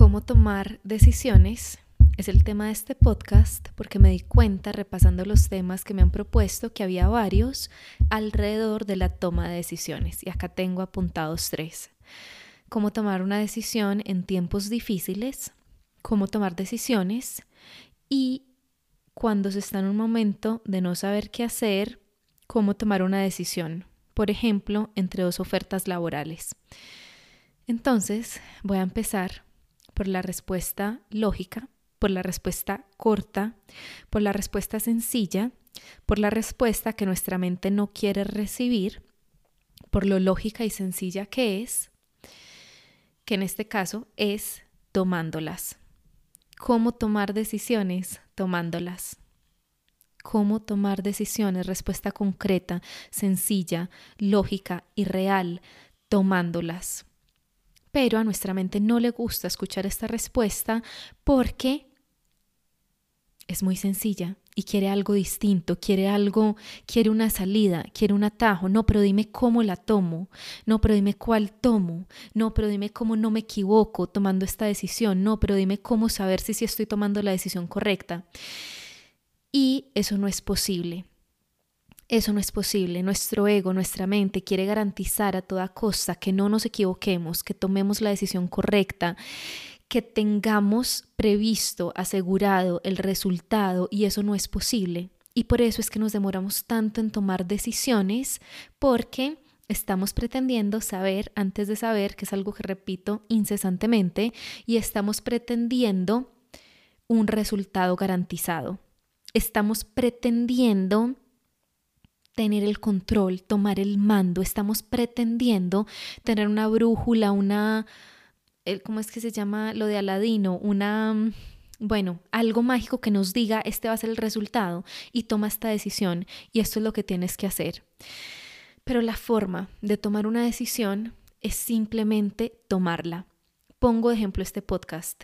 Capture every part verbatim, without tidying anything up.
Cómo tomar decisiones es el tema de este podcast porque me di cuenta, repasando los temas que me han propuesto, que había varios alrededor de la toma de decisiones. Y acá tengo apuntados tres. Cómo tomar una decisión en tiempos difíciles, cómo tomar decisiones y cuando se está en un momento de no saber qué hacer, cómo tomar una decisión. Por ejemplo, entre dos ofertas laborales. Entonces, voy a empezar por la respuesta lógica, por la respuesta corta, por la respuesta sencilla, por la respuesta que nuestra mente no quiere recibir, por lo lógica y sencilla que es, que en este caso es tomándolas. ¿Cómo tomar decisiones? Tomándolas. ¿Cómo tomar decisiones? Respuesta concreta, sencilla, lógica y real, tomándolas. Pero a nuestra mente no le gusta escuchar esta respuesta porque es muy sencilla y quiere algo distinto, quiere algo, quiere una salida, quiere un atajo. No, pero dime cómo la tomo. No, pero dime cuál tomo. No, pero dime cómo no me equivoco tomando esta decisión. No, pero dime cómo saber si sí estoy tomando la decisión correcta. Y eso no es posible. Eso no es posible. Nuestro ego, nuestra mente quiere garantizar a toda costa que no nos equivoquemos, que tomemos la decisión correcta, que tengamos previsto, asegurado el resultado, y eso no es posible. Y por eso es que nos demoramos tanto en tomar decisiones, porque estamos pretendiendo saber antes de saber, que es algo que repito incesantemente, y estamos pretendiendo un resultado garantizado. Estamos pretendiendo tener el control, tomar el mando. Estamos pretendiendo tener una brújula, una, ¿cómo es que se llama lo de Aladino? Una, bueno, algo mágico que nos diga este va a ser el resultado y toma esta decisión y esto es lo que tienes que hacer. Pero la forma de tomar una decisión es simplemente tomarla. Pongo de ejemplo este podcast.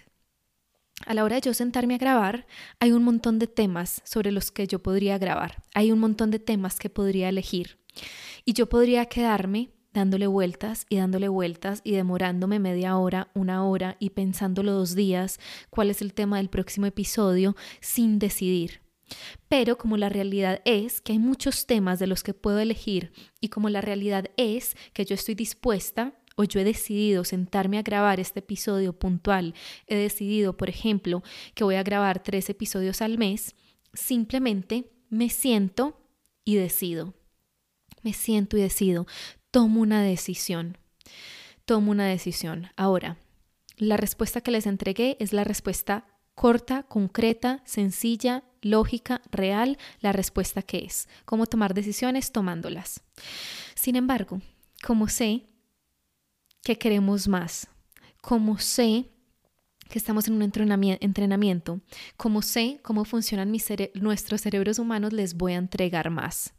A la hora de yo sentarme a grabar, hay un montón de temas sobre los que yo podría grabar. Hay un montón de temas que podría elegir. Y yo podría quedarme dándole vueltas y dándole vueltas y demorándome media hora, una hora y pensándolo dos días cuál es el tema del próximo episodio sin decidir. Pero como la realidad es que hay muchos temas de los que puedo elegir y como la realidad es que yo estoy dispuesta o yo he decidido sentarme a grabar este episodio puntual, he decidido, por ejemplo, que voy a grabar tres episodios al mes, simplemente me siento y decido. Me siento y decido. Tomo una decisión. Tomo una decisión. Ahora, la respuesta que les entregué es la respuesta corta, concreta, sencilla, lógica, real, la respuesta que es. ¿Cómo tomar decisiones? Tomándolas. Sin embargo, como sé que queremos más, como sé que estamos en un entrenamiento, como sé cómo funcionan mis cere- nuestros cerebros humanos, les voy a entregar más.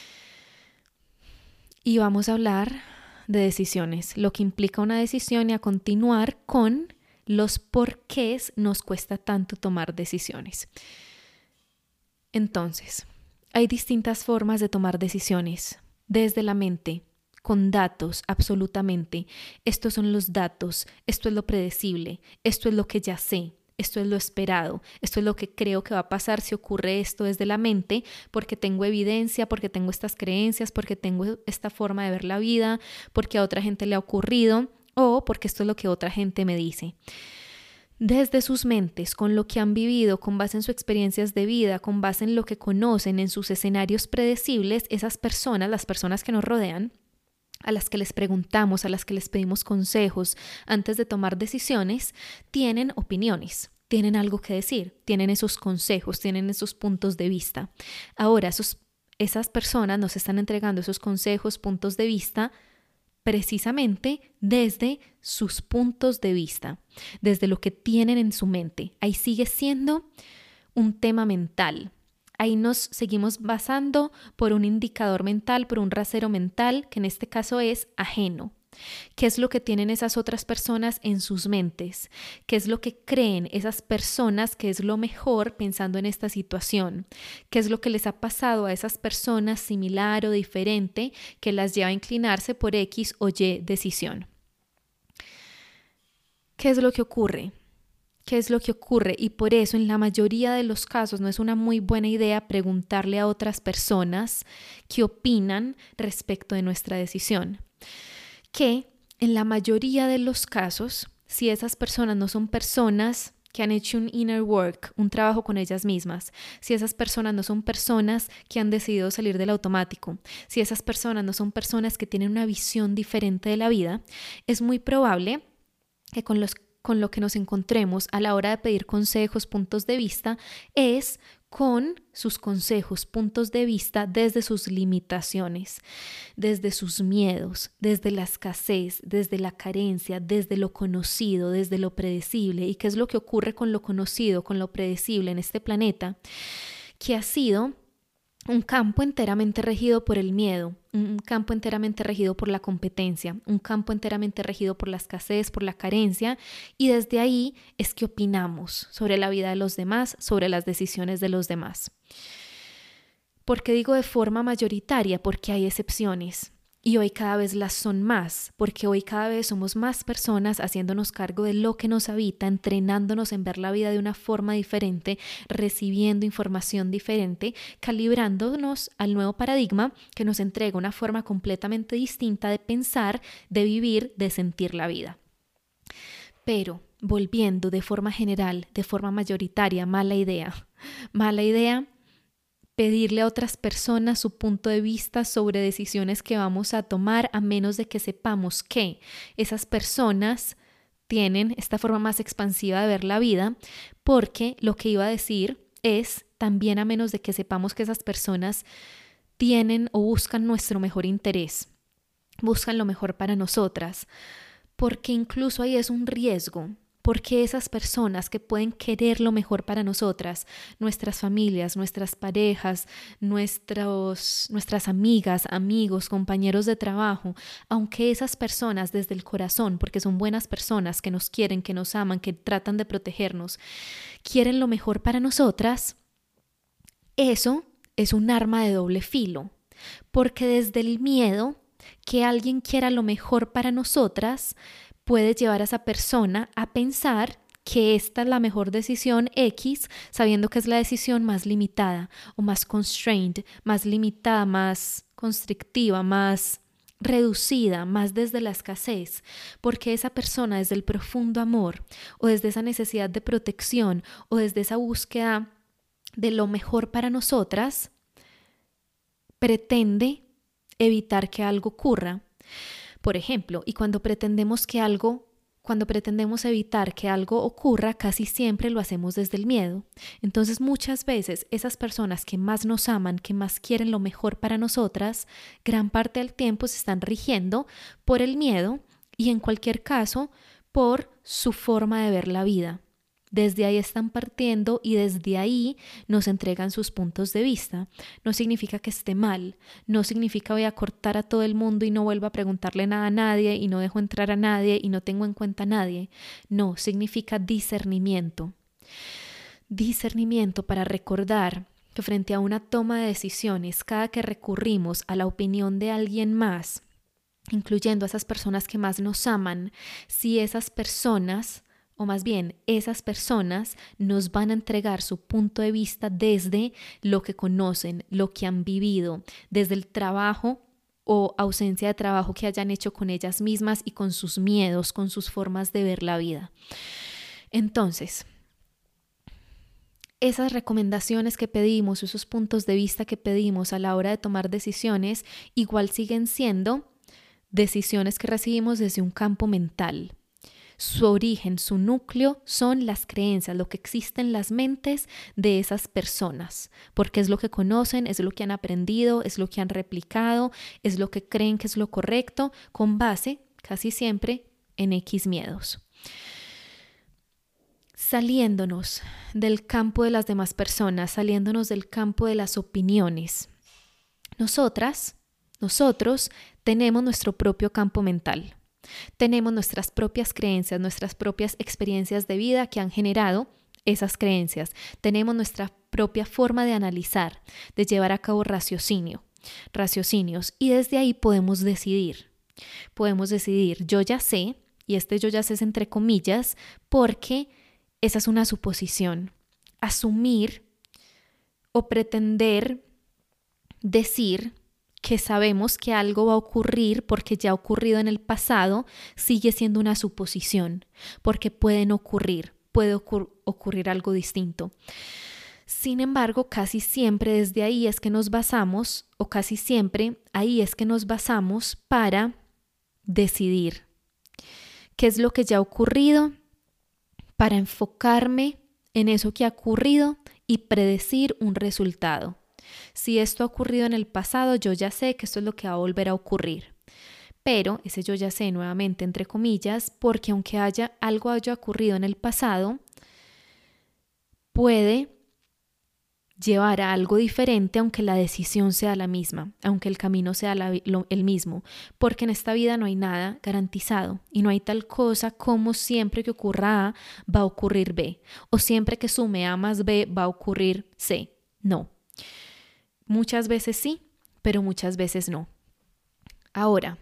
Y vamos a hablar de decisiones, lo que implica una decisión y a continuar con los porqués nos cuesta tanto tomar decisiones. Entonces, hay distintas formas de tomar decisiones, desde la mente, con datos, absolutamente. Estos son los datos, esto es lo predecible, esto es lo que ya sé, esto es lo esperado, esto es lo que creo que va a pasar si ocurre esto desde la mente, porque tengo evidencia, porque tengo estas creencias, porque tengo esta forma de ver la vida, porque a otra gente le ha ocurrido o porque esto es lo que otra gente me dice. Desde sus mentes, con lo que han vivido, con base en sus experiencias de vida, con base en lo que conocen, en sus escenarios predecibles, esas personas, las personas que nos rodean, a las que les preguntamos, a las que les pedimos consejos antes de tomar decisiones, tienen opiniones, tienen algo que decir, tienen esos consejos, tienen esos puntos de vista. Ahora, esos, esas personas nos están entregando esos consejos, puntos de vista, precisamente desde sus puntos de vista, desde lo que tienen en su mente. Ahí sigue siendo un tema mental. Ahí nos seguimos basando por un indicador mental, por un rasero mental, que en este caso es ajeno. ¿Qué es lo que tienen esas otras personas en sus mentes? ¿Qué es lo que creen esas personas que es lo mejor pensando en esta situación? ¿Qué es lo que les ha pasado a esas personas similar o diferente que las lleva a inclinarse por X o Y decisión? ¿Qué es lo que ocurre? ¿Qué es lo que ocurre? Y por eso en la mayoría de los casos no es una muy buena idea preguntarle a otras personas qué opinan respecto de nuestra decisión. Que en la mayoría de los casos, si esas personas no son personas que han hecho un inner work, un trabajo con ellas mismas, si esas personas no son personas que han decidido salir del automático, si esas personas no son personas que tienen una visión diferente de la vida, es muy probable que con los con lo que nos encontremos a la hora de pedir consejos, puntos de vista, es con sus consejos, puntos de vista desde sus limitaciones, desde sus miedos, desde la escasez, desde la carencia, desde lo conocido, desde lo predecible. ¿Y qué es lo que ocurre con lo conocido, con lo predecible en este planeta? Que ha sido un campo enteramente regido por el miedo, un campo enteramente regido por la competencia, un campo enteramente regido por la escasez, por la carencia, y desde ahí es que opinamos sobre la vida de los demás, sobre las decisiones de los demás. ¿Por qué digo de forma mayoritaria? Porque hay excepciones. Y hoy cada vez las son más, porque hoy cada vez somos más personas haciéndonos cargo de lo que nos habita, entrenándonos en ver la vida de una forma diferente, recibiendo información diferente, calibrándonos al nuevo paradigma que nos entrega una forma completamente distinta de pensar, de vivir, de sentir la vida. Pero, volviendo de forma general, de forma mayoritaria, mala idea. Mala idea pedirle a otras personas su punto de vista sobre decisiones que vamos a tomar, a menos de que sepamos que esas personas tienen esta forma más expansiva de ver la vida, porque lo que iba a decir es también a menos de que sepamos que esas personas tienen o buscan nuestro mejor interés, buscan lo mejor para nosotras, porque incluso ahí es un riesgo. Porque esas personas que pueden querer lo mejor para nosotras, nuestras familias, nuestras parejas, nuestros, nuestras amigas, amigos, compañeros de trabajo, aunque esas personas desde el corazón, porque son buenas personas que nos quieren, que nos aman, que tratan de protegernos, quieren lo mejor para nosotras, eso es un arma de doble filo, porque desde el miedo que alguien quiera lo mejor para nosotras, puede llevar a esa persona a pensar que esta es la mejor decisión X, sabiendo que es la decisión más limitada o más constrained, más limitada, más constrictiva, más reducida, más desde la escasez, porque esa persona desde el profundo amor o desde esa necesidad de protección o desde esa búsqueda de lo mejor para nosotras, pretende evitar que algo ocurra. Por ejemplo, y cuando pretendemos que algo, cuando pretendemos evitar que algo ocurra, casi siempre lo hacemos desde el miedo. Entonces, muchas veces esas personas que más nos aman, que más quieren lo mejor para nosotras, gran parte del tiempo se están rigiendo por el miedo y en cualquier caso por su forma de ver la vida. Desde ahí están partiendo y desde ahí nos entregan sus puntos de vista. No significa que esté mal, no significa voy a cortar a todo el mundo y no vuelvo a preguntarle nada a nadie y no dejo entrar a nadie y no tengo en cuenta a nadie. No, significa discernimiento. Discernimiento para recordar que frente a una toma de decisiones, cada que recurrimos a la opinión de alguien más, incluyendo a esas personas que más nos aman, si esas personas... o más bien, esas personas nos van a entregar su punto de vista desde lo que conocen, lo que han vivido, desde el trabajo o ausencia de trabajo que hayan hecho con ellas mismas y con sus miedos, con sus formas de ver la vida. Entonces, esas recomendaciones que pedimos, esos puntos de vista que pedimos a la hora de tomar decisiones, igual siguen siendo decisiones que recibimos desde un campo mental. Su origen, su núcleo son las creencias, lo que existe en las mentes de esas personas, porque es lo que conocen, es lo que han aprendido, es lo que han replicado, es lo que creen que es lo correcto, con base casi siempre en X miedos. Saliéndonos del campo de las demás personas, saliéndonos del campo de las opiniones, nosotras, nosotros tenemos nuestro propio campo mental. Tenemos nuestras propias creencias, nuestras propias experiencias de vida que han generado esas creencias. Tenemos nuestra propia forma de analizar, de llevar a cabo raciocinio, raciocinios y desde ahí podemos decidir. Podemos decidir, yo ya sé, y este yo ya sé es entre comillas, porque esa es una suposición. Asumir o pretender decir que sabemos que algo va a ocurrir porque ya ha ocurrido en el pasado sigue siendo una suposición, porque pueden ocurrir, puede ocur- ocurrir algo distinto. Sin embargo, casi siempre desde ahí es que nos basamos, o casi siempre ahí es que nos basamos para decidir qué es lo que ya ha ocurrido, para enfocarme en eso que ha ocurrido y predecir un resultado. Si esto ha ocurrido en el pasado, yo ya sé que esto es lo que va a volver a ocurrir. Pero ese yo ya sé nuevamente entre comillas, porque aunque haya algo haya ocurrido en el pasado, puede llevar a algo diferente aunque la decisión sea la misma, aunque el camino sea la, lo, el mismo, porque en esta vida no hay nada garantizado y no hay tal cosa como siempre que ocurra A va a ocurrir B o siempre que sume A más B va a ocurrir C. No. Muchas veces sí, pero muchas veces no. Ahora,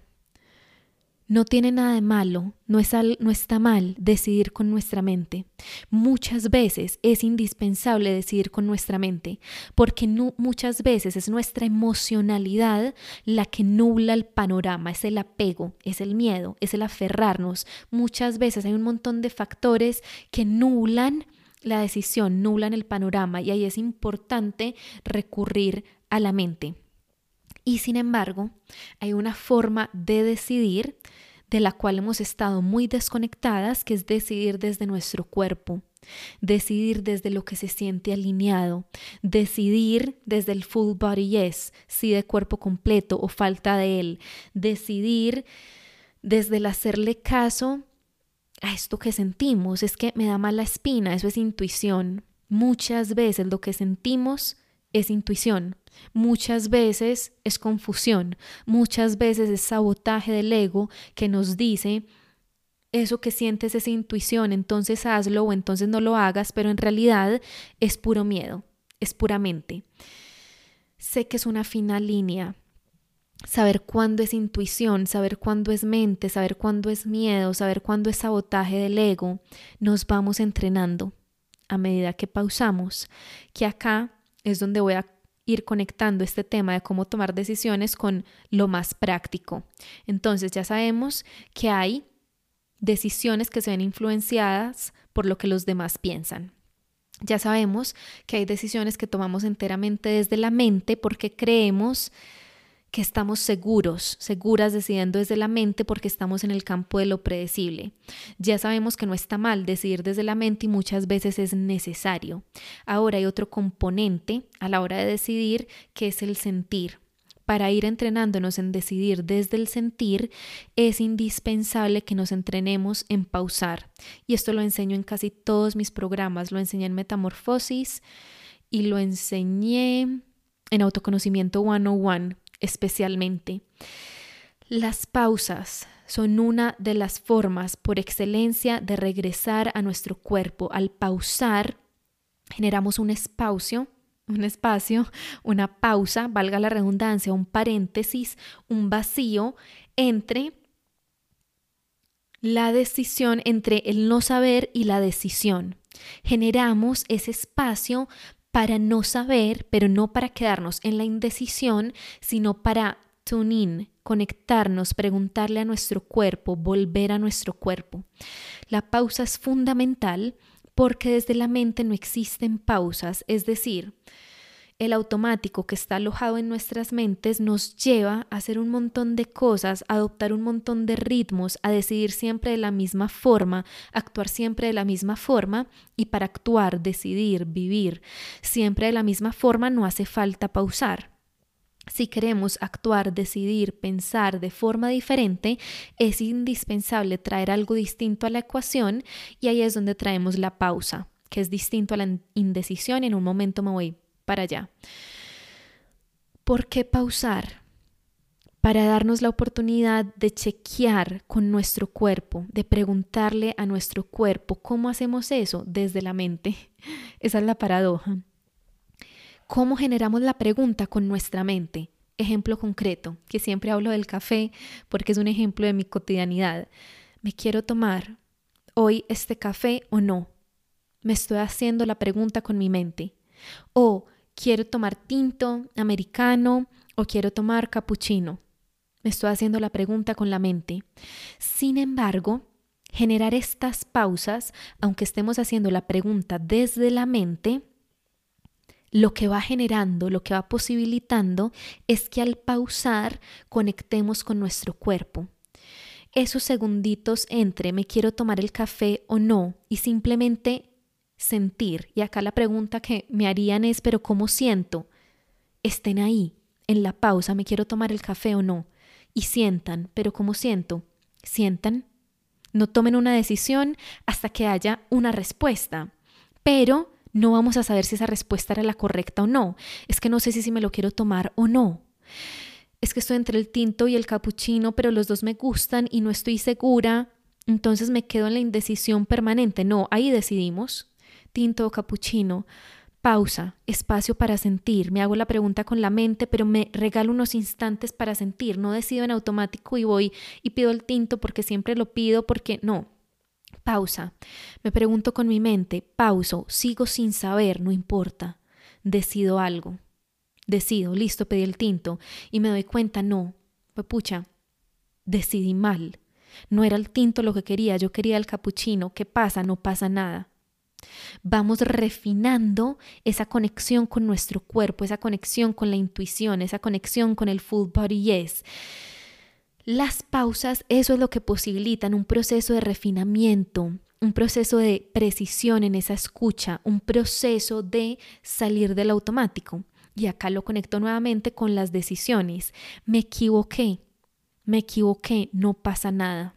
no tiene nada de malo, no, es al, no está mal decidir con nuestra mente. Muchas veces es indispensable decidir con nuestra mente, porque no, muchas veces es nuestra emocionalidad la que nubla el panorama, es el apego, es el miedo, es el aferrarnos. Muchas veces hay un montón de factores que nublan la decisión, nublan el panorama y ahí es importante recurrir a la mente. Y sin embargo, hay una forma de decidir de la cual hemos estado muy desconectadas, que es decidir desde nuestro cuerpo, decidir desde lo que se siente alineado, decidir desde el full body yes, sí de cuerpo completo o falta de él, decidir desde el hacerle caso a esto que sentimos, es que me da mala espina, eso es intuición. Muchas veces lo que sentimos es intuición, muchas veces es confusión, muchas veces es sabotaje del ego que nos dice eso que sientes es intuición, entonces hazlo o entonces no lo hagas, pero en realidad es puro miedo, es puramente. Sé que es una fina línea. Saber cuándo es intuición, saber cuándo es mente, saber cuándo es miedo, saber cuándo es sabotaje del ego, nos vamos entrenando a medida que pausamos, que acá es donde voy a ir conectando este tema de cómo tomar decisiones con lo más práctico. Entonces ya sabemos que hay decisiones que se ven influenciadas por lo que los demás piensan. Ya sabemos que hay decisiones que tomamos enteramente desde la mente porque creemos que estamos seguros, seguras decidiendo desde la mente porque estamos en el campo de lo predecible. Ya sabemos que no está mal decidir desde la mente y muchas veces es necesario. Ahora hay otro componente a la hora de decidir que es el sentir. Para ir entrenándonos en decidir desde el sentir es indispensable que nos entrenemos en pausar. Y esto lo enseño en casi todos mis programas. Lo enseñé en Metamorfosis y lo enseñé en Autoconocimiento ciento uno especialmente. Las pausas son una de las formas por excelencia de regresar a nuestro cuerpo. Al pausar, generamos un espacio, un espacio, una pausa, valga la redundancia, un paréntesis, un vacío entre la decisión, entre el no saber y la decisión. Generamos ese espacio para no saber, pero no para quedarnos en la indecisión, sino para tune in, conectarnos, preguntarle a nuestro cuerpo, volver a nuestro cuerpo. La pausa es fundamental porque desde la mente no existen pausas, es decir, el automático que está alojado en nuestras mentes nos lleva a hacer un montón de cosas, a adoptar un montón de ritmos, a decidir siempre de la misma forma, actuar siempre de la misma forma y para actuar, decidir, vivir siempre de la misma forma no hace falta pausar. Si queremos actuar, decidir, pensar de forma diferente, es indispensable traer algo distinto a la ecuación y ahí es donde traemos la pausa, que es distinto a la indecisión y en un momento me voy para allá. ¿Por qué pausar? Para darnos la oportunidad de chequear con nuestro cuerpo, de preguntarle a nuestro cuerpo cómo hacemos eso desde la mente. Esa es la paradoja. ¿Cómo generamos la pregunta con nuestra mente? Ejemplo concreto, que siempre hablo del café porque es un ejemplo de mi cotidianidad. ¿Me quiero tomar hoy este café o no? Me estoy haciendo la pregunta con mi mente. O quiero tomar tinto, americano, o quiero tomar cappuccino. Me estoy haciendo la pregunta con la mente. Sin embargo, generar estas pausas, aunque estemos haciendo la pregunta desde la mente, lo que va generando, lo que va posibilitando es que al pausar conectemos con nuestro cuerpo. Esos segunditos entre me quiero tomar el café o no y simplemente sentir. Y acá la pregunta que me harían es, ¿pero cómo siento? Estén ahí, en la pausa, ¿me quiero tomar el café o no? Y sientan, ¿pero cómo siento? Sientan. No tomen una decisión hasta que haya una respuesta. Pero no vamos a saber si esa respuesta era la correcta o no. Es que no sé si, si me lo quiero tomar o no. Es que estoy entre el tinto y el capuchino, pero los dos me gustan y no estoy segura. Entonces me quedo en la indecisión permanente. No, ahí decidimos. Tinto o capuchino. Pausa, espacio para sentir. Me hago la pregunta con la mente, pero me regalo unos instantes para sentir. No decido en automático y voy y pido el tinto porque siempre lo pido, porque no. Pausa. Me pregunto con mi mente. Pauso. Sigo sin saber, no importa. Decido algo. Decido, listo, pedí el tinto. Y me doy cuenta, no. Pues pucha, decidí mal. No era el tinto lo que quería, yo quería el capuchino. ¿Qué pasa? No pasa nada. Vamos refinando esa conexión con nuestro cuerpo, esa conexión con la intuición, esa conexión con el full body yes. Las pausas, eso es lo que posibilitan un proceso de refinamiento, un proceso de precisión en esa escucha, un proceso de salir del automático. Y acá lo conecto nuevamente con las decisiones. Me equivoqué, me equivoqué, no pasa nada.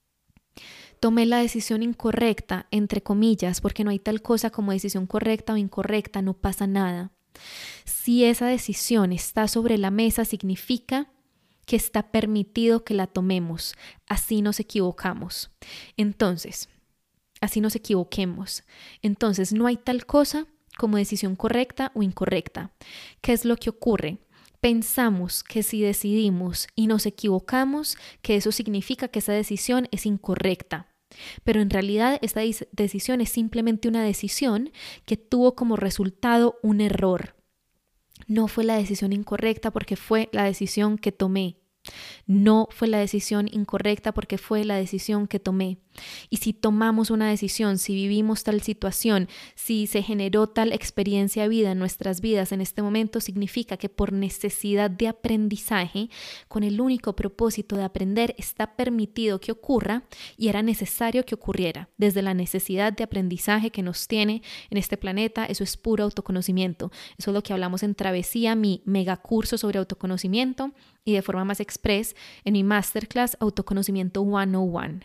Tomé la decisión incorrecta, entre comillas, porque no hay tal cosa como decisión correcta o incorrecta, no pasa nada. Si esa decisión está sobre la mesa, significa que está permitido que la tomemos. Así nos equivocamos. Entonces, así nos equivoquemos. Entonces, no hay tal cosa como decisión correcta o incorrecta. ¿Qué es lo que ocurre? Pensamos que si decidimos y nos equivocamos, que eso significa que esa decisión es incorrecta. Pero en realidad esta decisión es simplemente una decisión que tuvo como resultado un error. No fue la decisión incorrecta porque fue la decisión que tomé. No fue la decisión incorrecta porque fue la decisión que tomé. Y si tomamos una decisión, si vivimos tal situación, si se generó tal experiencia de vida en nuestras vidas en este momento, significa que por necesidad de aprendizaje, con el único propósito de aprender, está permitido que ocurra y era necesario que ocurriera. Desde la necesidad de aprendizaje que nos tiene en este planeta, eso es puro autoconocimiento. Eso es lo que hablamos en Travesía, mi megacurso sobre autoconocimiento, y de forma más express en mi masterclass Autoconocimiento ciento uno.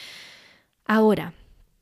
Ahora,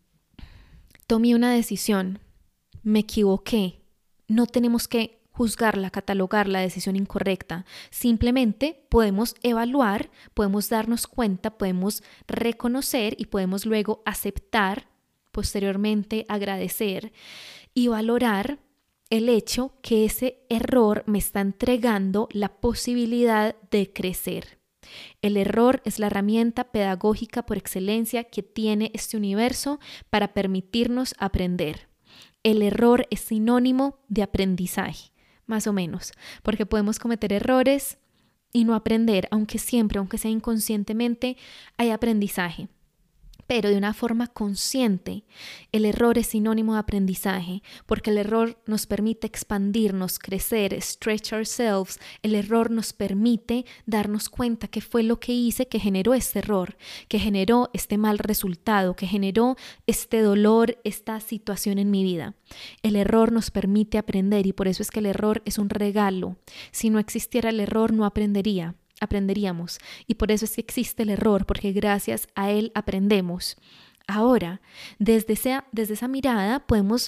tomé una decisión, me equivoqué, no tenemos que juzgarla, catalogar la decisión incorrecta, simplemente podemos evaluar, podemos darnos cuenta, podemos reconocer y podemos luego aceptar, posteriormente agradecer y valorar el hecho que ese error me está entregando la posibilidad de crecer. El error es la herramienta pedagógica por excelencia que tiene este universo para permitirnos aprender. El error es sinónimo de aprendizaje, más o menos, porque podemos cometer errores y no aprender, aunque siempre, aunque sea inconscientemente, hay aprendizaje. Pero de una forma consciente, el error es sinónimo de aprendizaje, porque el error nos permite expandirnos, crecer, stretch ourselves. El error nos permite darnos cuenta qué fue lo que hice que generó este error, que generó este mal resultado, que generó este dolor, esta situación en mi vida. El error nos permite aprender y por eso es que el error es un regalo. Si no existiera el error, no aprendería. aprenderíamos y por eso es que existe el error, porque gracias a él aprendemos. Ahora, desde esa, desde esa mirada podemos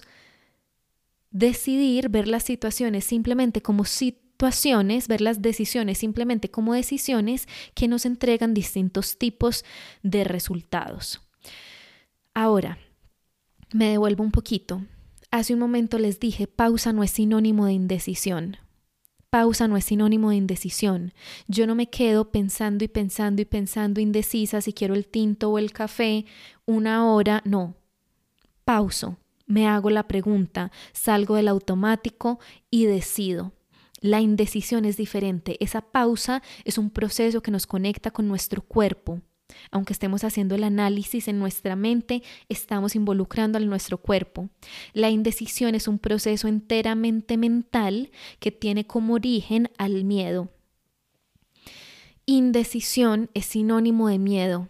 decidir ver las situaciones simplemente como situaciones, ver las decisiones simplemente como decisiones que nos entregan distintos tipos de resultados. Ahora, me devuelvo un poquito. Hace un momento les dije, pausa no es sinónimo de indecisión. Pausa no es sinónimo de indecisión. Yo no me quedo pensando y pensando y pensando indecisa si quiero el tinto o el café una hora. No. Pauso. me hago la pregunta, salgo del automático y decido. La indecisión es diferente. Esa pausa es un proceso que nos conecta con nuestro cuerpo. Aunque estemos haciendo el análisis en nuestra mente, estamos involucrando a nuestro cuerpo. La indecisión es un proceso enteramente mental que tiene como origen al miedo. Indecisión es sinónimo de miedo.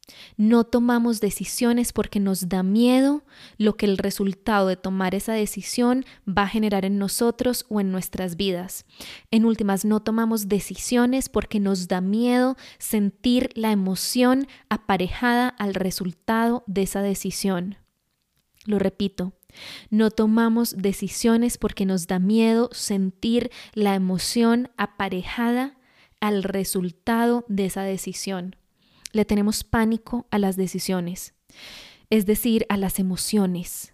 No tomamos decisiones porque nos da miedo lo que el resultado de tomar esa decisión va a generar en nosotros o en nuestras vidas. En últimas, no tomamos decisiones porque nos da miedo sentir la emoción aparejada al resultado de esa decisión. Lo repito, no tomamos decisiones porque nos da miedo sentir la emoción aparejada al resultado de esa decisión. Le tenemos pánico a las decisiones, es decir, a las emociones.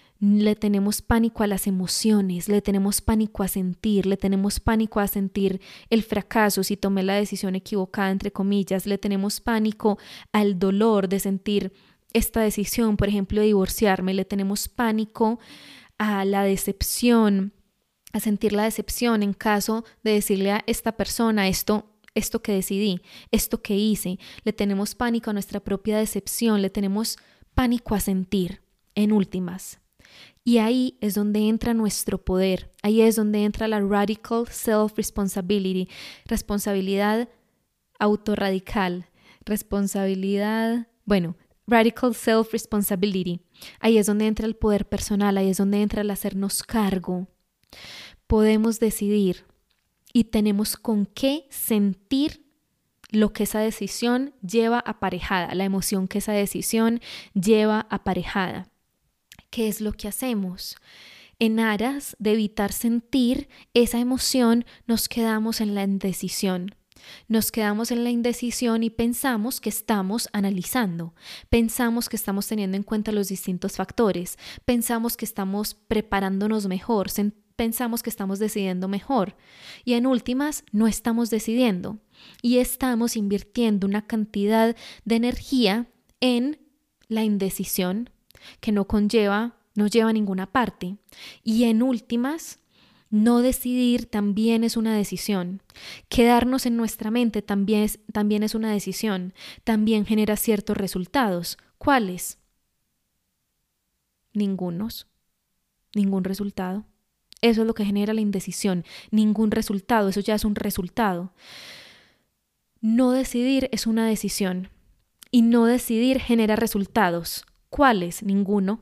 Le tenemos pánico a las emociones, le tenemos pánico a sentir, le tenemos pánico a sentir el fracaso si tomé la decisión equivocada, entre comillas. Le tenemos pánico al dolor de sentir esta decisión, por ejemplo, de divorciarme. Le tenemos pánico a la decepción, a sentir la decepción en caso de decirle a esta persona esto. Esto que decidí, esto que hice. Le tenemos pánico a nuestra propia decepción, le tenemos pánico a sentir, en últimas. Y ahí es donde entra nuestro poder, ahí es donde entra la radical self-responsibility, responsabilidad autorradical, responsabilidad, bueno, radical self-responsibility. Ahí es donde entra el poder personal, ahí es donde entra el hacernos cargo. Podemos decidir. Y tenemos con qué sentir lo que esa decisión lleva aparejada, la emoción que esa decisión lleva aparejada. ¿Qué es lo que hacemos? En aras de evitar sentir esa emoción, nos quedamos en la indecisión. Nos quedamos en la indecisión y pensamos que estamos analizando, pensamos que estamos teniendo en cuenta los distintos factores, pensamos que estamos preparándonos mejor, pensamos que estamos decidiendo mejor y en últimas no estamos decidiendo y estamos invirtiendo una cantidad de energía en la indecisión que no conlleva, no lleva a ninguna parte y en últimas no decidir también es una decisión. Quedarnos en nuestra mente también es, también es una decisión, también genera ciertos resultados. ¿Cuáles? Ningunos, ningún resultado. Eso es lo que genera la indecisión, ningún resultado, eso ya es un resultado. No decidir es una decisión y no decidir genera resultados. ¿Cuáles? Ninguno.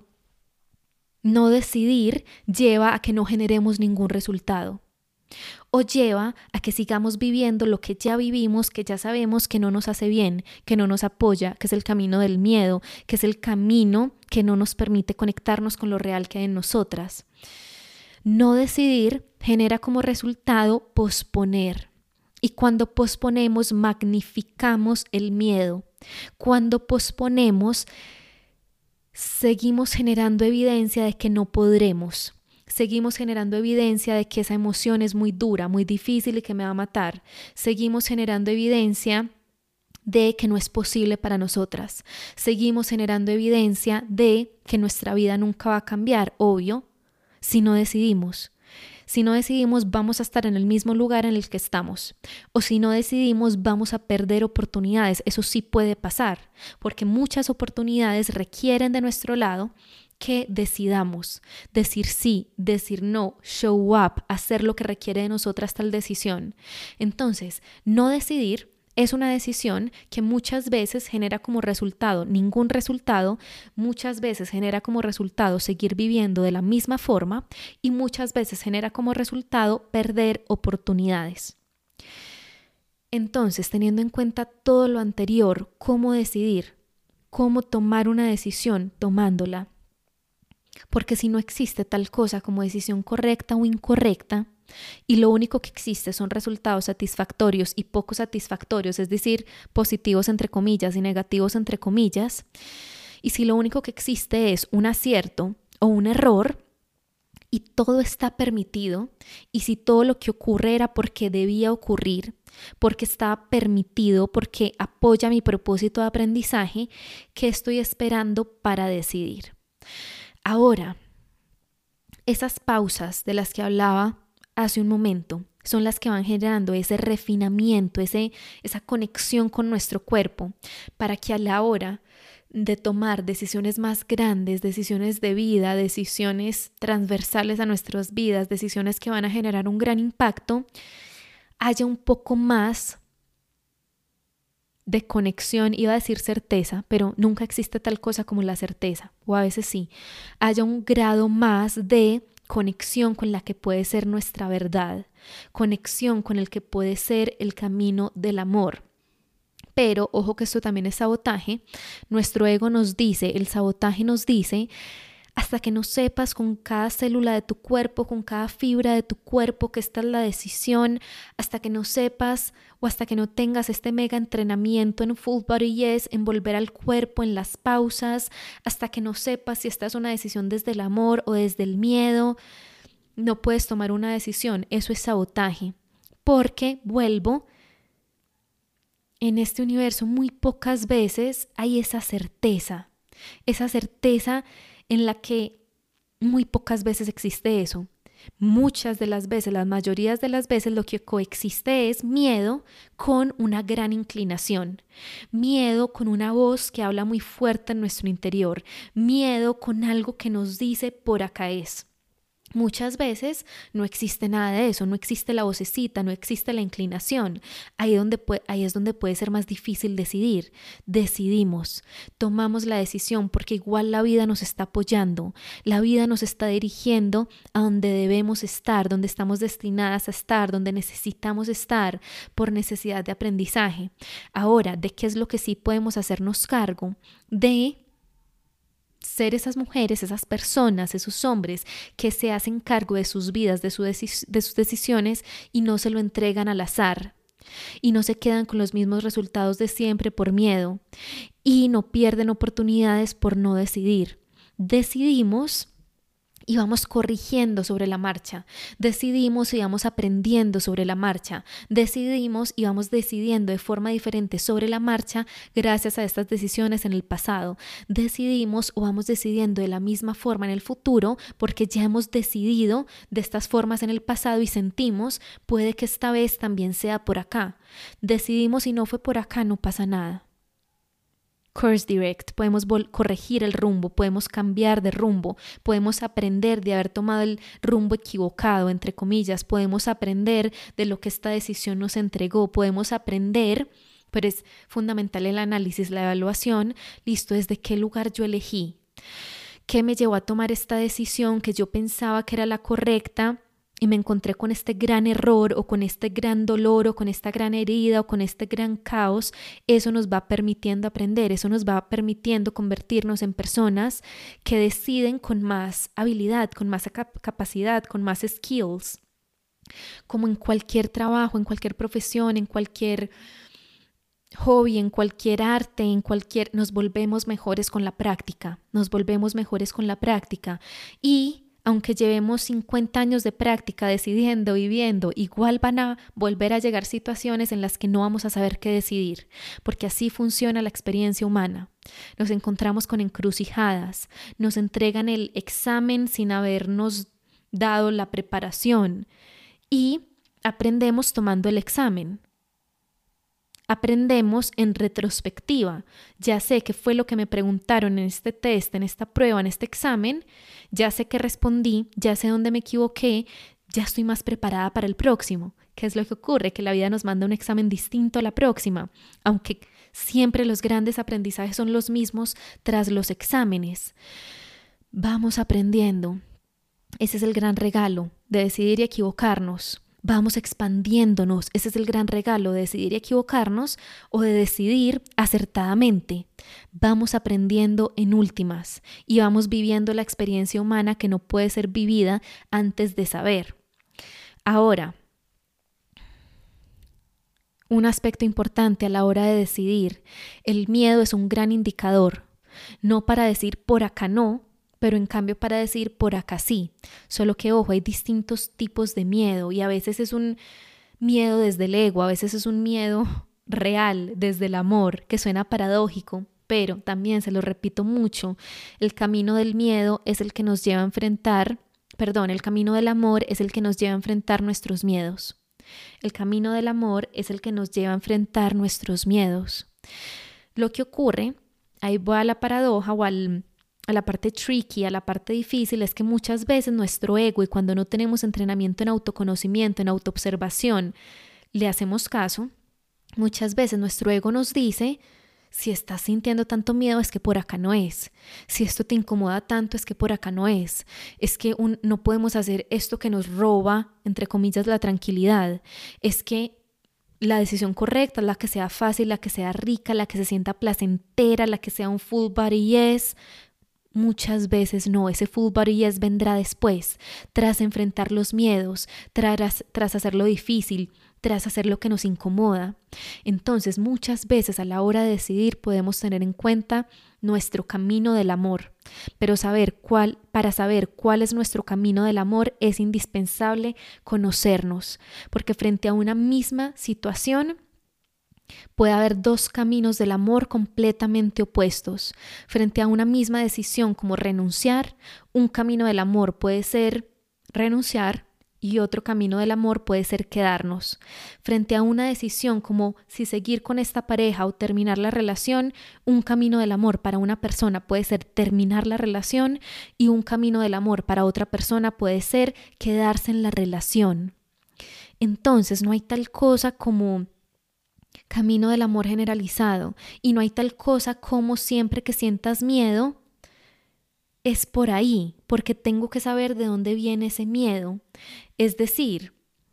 No decidir lleva a que no generemos ningún resultado o lleva a que sigamos viviendo lo que ya vivimos, que ya sabemos que no nos hace bien, que no nos apoya, que es el camino del miedo, que es el camino que no nos permite conectarnos con lo real que hay en nosotras. No decidir genera como resultado posponer. Y cuando posponemos, magnificamos el miedo. Cuando posponemos, seguimos generando evidencia de que no podremos. Seguimos generando evidencia de que esa emoción es muy dura, muy difícil y que me va a matar. Seguimos generando evidencia de que no es posible para nosotras. Seguimos generando evidencia de que nuestra vida nunca va a cambiar, obvio. Si no decidimos, si no decidimos vamos a estar en el mismo lugar en el que estamos o si no decidimos vamos a perder oportunidades, eso sí puede pasar porque muchas oportunidades requieren de nuestro lado que decidamos, decir sí, decir no, show up, hacer lo que requiere de nosotras tal decisión. Entonces, no decidir es una decisión que muchas veces genera como resultado ningún resultado, muchas veces genera como resultado seguir viviendo de la misma forma y muchas veces genera como resultado perder oportunidades. Entonces, teniendo en cuenta todo lo anterior, ¿cómo decidir? ¿Cómo tomar una decisión tomándola? Porque si no existe tal cosa como decisión correcta o incorrecta, y lo único que existe son resultados satisfactorios y poco satisfactorios, es decir, positivos entre comillas y negativos entre comillas, y si lo único que existe es un acierto o un error y todo está permitido, y si todo lo que ocurre era porque debía ocurrir, porque estaba permitido, porque apoya mi propósito de aprendizaje, ¿qué estoy esperando para decidir? Ahora, Esas pausas de las que hablaba hace un momento son las que van generando ese refinamiento, ese, esa conexión con nuestro cuerpo, para que a la hora de tomar decisiones más grandes, decisiones de vida, decisiones transversales a nuestras vidas, decisiones que van a generar un gran impacto, haya un poco más de conexión, iba a decir certeza, pero nunca existe tal cosa como la certeza, o a veces sí, haya un grado más de conexión con la que puede ser nuestra verdad, conexión con el que puede ser el camino del amor. Pero ojo que esto también es sabotaje. Nuestro ego nos dice, el sabotaje nos dice, hasta que no sepas con cada célula de tu cuerpo, con cada fibra de tu cuerpo que esta es la decisión, hasta que no sepas o hasta que no tengas este mega entrenamiento en full body yes, en volver al cuerpo, en las pausas, hasta que no sepas si esta es una decisión desde el amor o desde el miedo, no puedes tomar una decisión. Eso es sabotaje, porque vuelvo, en este universo muy pocas veces hay esa certeza, esa certeza en la que muy pocas veces existe eso. Muchas de las veces, las mayorías de las veces, lo que coexiste es miedo con una gran inclinación, miedo con una voz que habla muy fuerte en nuestro interior, miedo con algo que nos dice por acá es. Muchas veces no existe nada de eso, no existe la vocecita, no existe la inclinación. Ahí, donde puede, ahí es donde puede ser más difícil decidir. Decidimos, tomamos la decisión porque igual la vida nos está apoyando, la vida nos está dirigiendo a donde debemos estar, donde estamos destinadas a estar, donde necesitamos estar por necesidad de aprendizaje. Ahora, ¿de qué es lo que sí podemos hacernos cargo? De ser esas mujeres, esas personas, esos hombres que se hacen cargo de sus vidas, de, su deci- de sus decisiones y no se lo entregan al azar y no se quedan con los mismos resultados de siempre por miedo y no pierden oportunidades por no decidir. Decidimos y vamos corrigiendo sobre la marcha, decidimos y vamos aprendiendo sobre la marcha, decidimos y vamos decidiendo de forma diferente sobre la marcha gracias a estas decisiones en el pasado, decidimos o vamos decidiendo de la misma forma en el futuro porque ya hemos decidido de estas formas en el pasado y sentimos, puede que esta vez también sea por acá, decidimos y no fue por acá, no pasa nada. Course Direct, podemos vol- corregir el rumbo, podemos cambiar de rumbo, podemos aprender de haber tomado el rumbo equivocado, entre comillas, podemos aprender de lo que esta decisión nos entregó, podemos aprender, pero es fundamental el análisis, la evaluación, listo, ¿desde qué lugar yo elegí? ¿Qué me llevó a tomar esta decisión que yo pensaba que era la correcta? Y me encontré con este gran error o con este gran dolor o con esta gran herida o con este gran caos. Eso nos va permitiendo aprender, eso nos va permitiendo convertirnos en personas que deciden con más habilidad, con más cap- capacidad, con más skills. Como en cualquier trabajo, en cualquier profesión, en cualquier hobby, en cualquier arte, en cualquier... Nos volvemos mejores con la práctica, nos volvemos mejores con la práctica y... Aunque llevemos cincuenta años de práctica decidiendo, viviendo, igual van a volver a llegar situaciones en las que no vamos a saber qué decidir, porque así funciona la experiencia humana. Nos encontramos con encrucijadas, nos entregan el examen sin habernos dado la preparación y aprendemos tomando el examen. Aprendemos en retrospectiva. Ya sé qué fue lo que me preguntaron en este test, en esta prueba, en este examen. Ya sé qué respondí, ya sé dónde me equivoqué, ya estoy más preparada para el próximo. ¿Qué es lo que ocurre? Que la vida nos manda un examen distinto a la próxima, aunque siempre los grandes aprendizajes son los mismos tras los exámenes. Vamos aprendiendo. Ese es el gran regalo de decidir y equivocarnos. Vamos expandiéndonos, ese es el gran regalo de decidir y equivocarnos o de decidir acertadamente. Vamos aprendiendo en últimas y vamos viviendo la experiencia humana que no puede ser vivida antes de saber. Ahora, un aspecto importante a la hora de decidir, el miedo es un gran indicador, no para decir por acá no, pero en cambio para decir por acá sí, solo que ojo, hay distintos tipos de miedo y a veces es un miedo desde el ego, a veces es un miedo real desde el amor, que suena paradójico, pero también se lo repito mucho, el camino del miedo es el que nos lleva a enfrentar perdón, el camino del amor es el que nos lleva a enfrentar nuestros miedos. El camino del amor es el que nos lleva a enfrentar nuestros miedos. Lo que ocurre, ahí voy a la paradoja o al, a la parte tricky, a la parte difícil, es que muchas veces nuestro ego, y cuando no tenemos entrenamiento en autoconocimiento, en autoobservación, le hacemos caso, muchas veces nuestro ego nos dice: si estás sintiendo tanto miedo es que por acá no es. Si esto te incomoda tanto es que por acá no es. Es que un, no podemos hacer esto que nos roba, entre comillas, la tranquilidad. Es que la decisión correcta es la que sea fácil, la que sea rica, la que se sienta placentera, la que sea un full body yes. Muchas veces no, ese full body yes vendrá después, tras enfrentar los miedos, tras, tras hacerlo difícil, tras hacer lo que nos incomoda. Entonces, muchas veces a la hora de decidir podemos tener en cuenta nuestro camino del amor, pero saber cuál, para saber cuál es nuestro camino del amor es indispensable conocernos, porque frente a una misma situación puede haber dos caminos del amor completamente opuestos. Frente a una misma decisión como renunciar, un camino del amor puede ser renunciar y otro camino del amor puede ser quedarnos. Frente a una decisión como si seguir con esta pareja o terminar la relación, un camino del amor para una persona puede ser terminar la relación y un camino del amor para otra persona puede ser quedarse en la relación. Entonces no hay tal cosa como camino del amor generalizado y no hay tal cosa como siempre que sientas miedo es por ahí, porque tengo que saber de dónde viene ese miedo. Es decir,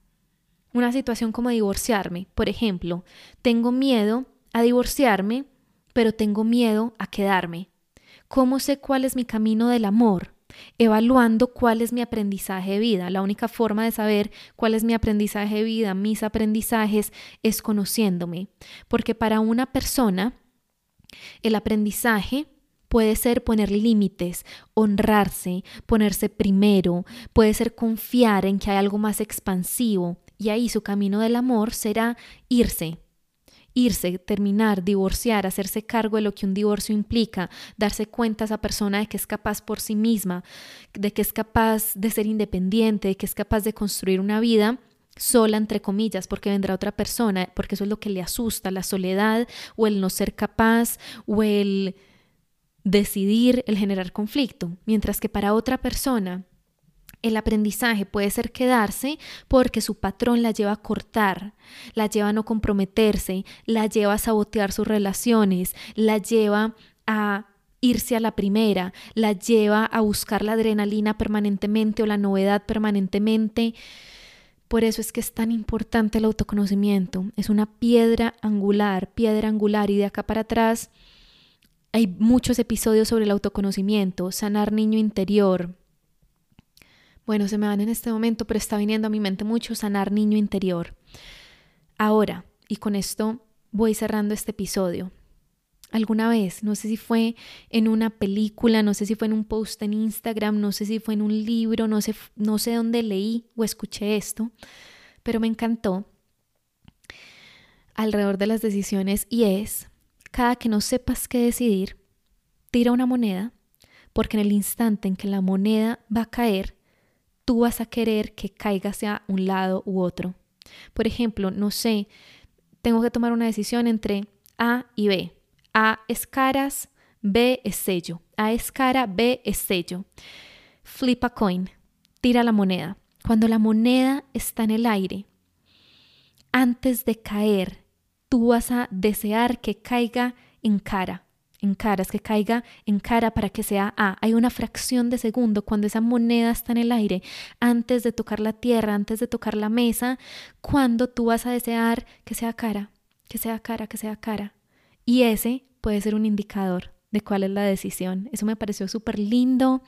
una situación como divorciarme, por ejemplo, tengo miedo a divorciarme, pero tengo miedo a quedarme. ¿Cómo sé cuál es mi camino del amor? Evaluando cuál es mi aprendizaje de vida. La única forma de saber cuál es mi aprendizaje de vida, mis aprendizajes, es conociéndome. Porque para una persona, el aprendizaje puede ser poner límites, honrarse, ponerse primero, puede ser confiar en que hay algo más expansivo y ahí su camino del amor será irse. Irse, terminar, divorciar, hacerse cargo de lo que un divorcio implica, darse cuenta a esa persona de que es capaz por sí misma, de que es capaz de ser independiente, de que es capaz de construir una vida sola, entre comillas, porque vendrá otra persona, porque eso es lo que le asusta, la soledad o el no ser capaz o el decidir, el generar conflicto, mientras que para otra persona el aprendizaje puede ser quedarse porque su patrón la lleva a cortar, la lleva a no comprometerse, la lleva a sabotear sus relaciones, la lleva a irse a la primera, la lleva a buscar la adrenalina permanentemente o la novedad permanentemente. Por eso es que es tan importante el autoconocimiento. Es una piedra angular, piedra angular y de acá para atrás hay muchos episodios sobre el autoconocimiento, sanar niño interior. Bueno, se me van en este momento, pero está viniendo a mi mente mucho sanar niño interior. Ahora, y con esto voy cerrando este episodio. Alguna vez, no sé si fue en una película, no sé si fue en un post en Instagram, no sé si fue en un libro, no sé, no sé dónde leí o escuché esto, pero me encantó alrededor de las decisiones y es: cada que no sepas qué decidir, tira una moneda, porque en el instante en que la moneda va a caer, tú vas a querer que caiga hacia un lado u otro. Por ejemplo, no sé, tengo que tomar una decisión entre A y B. A es caras, B es sello. A es cara, B es sello. Flip a coin, tira la moneda. Cuando la moneda está en el aire, antes de caer, tú vas a desear que caiga en cara, en caras, que caiga en cara para que sea A. Hay una fracción de segundo cuando esa moneda está en el aire, antes de tocar la tierra, antes de tocar la mesa, cuando tú vas a desear que sea cara, que sea cara, que sea cara. Y ese puede ser un indicador de cuál es la decisión. Eso me pareció súper lindo.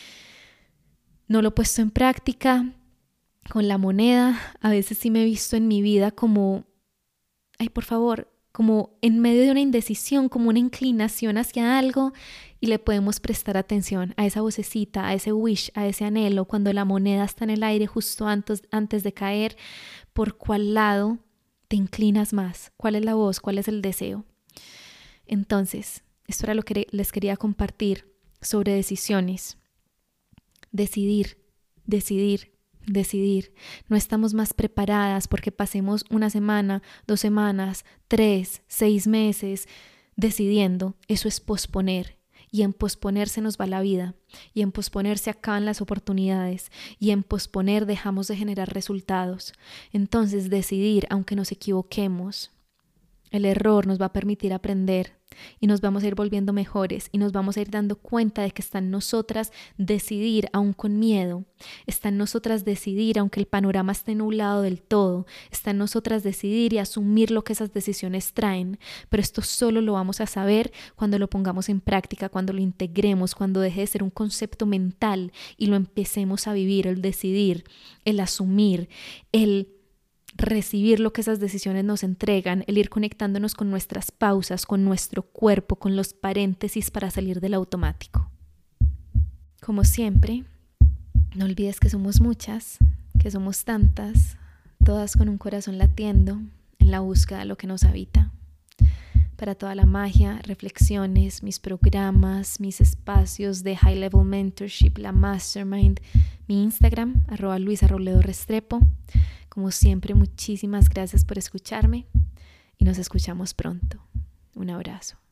No lo he puesto en práctica con la moneda. A veces sí me he visto en mi vida como, ay, por favor, como en medio de una indecisión, como una inclinación hacia algo, y le podemos prestar atención a esa vocecita, a ese wish, a ese anhelo, cuando la moneda está en el aire justo antes, antes de caer, por cuál lado te inclinas más, cuál es la voz, cuál es el deseo. Entonces, esto era lo que les quería compartir sobre decisiones. Decidir, decidir, decidir. No estamos más preparadas porque pasemos una semana, dos semanas, tres, seis meses decidiendo. Eso es posponer. Y en posponer se nos va la vida, y en posponer se acaban las oportunidades, y en posponer dejamos de generar resultados. Entonces decidir, aunque nos equivoquemos, el error nos va a permitir aprender y nos vamos a ir volviendo mejores y nos vamos a ir dando cuenta de que está en nosotras decidir aún con miedo, está en nosotras decidir aunque el panorama esté nublado del todo, está en nosotras decidir y asumir lo que esas decisiones traen, pero esto solo lo vamos a saber cuando lo pongamos en práctica, cuando lo integremos, cuando deje de ser un concepto mental y lo empecemos a vivir, el decidir, el asumir, el recibir lo que esas decisiones nos entregan, el ir conectándonos con nuestras pausas, con nuestro cuerpo, con los paréntesis para salir del automático. Como siempre, no olvides que somos muchas, que somos tantas, todas con un corazón latiendo en la búsqueda de lo que nos habita. Para toda la magia, reflexiones, mis programas, mis espacios de High Level Mentorship, la Mastermind, mi Instagram, arroba Luisa Robledo Restrepo. Como siempre, muchísimas gracias por escucharme y nos escuchamos pronto. Un abrazo.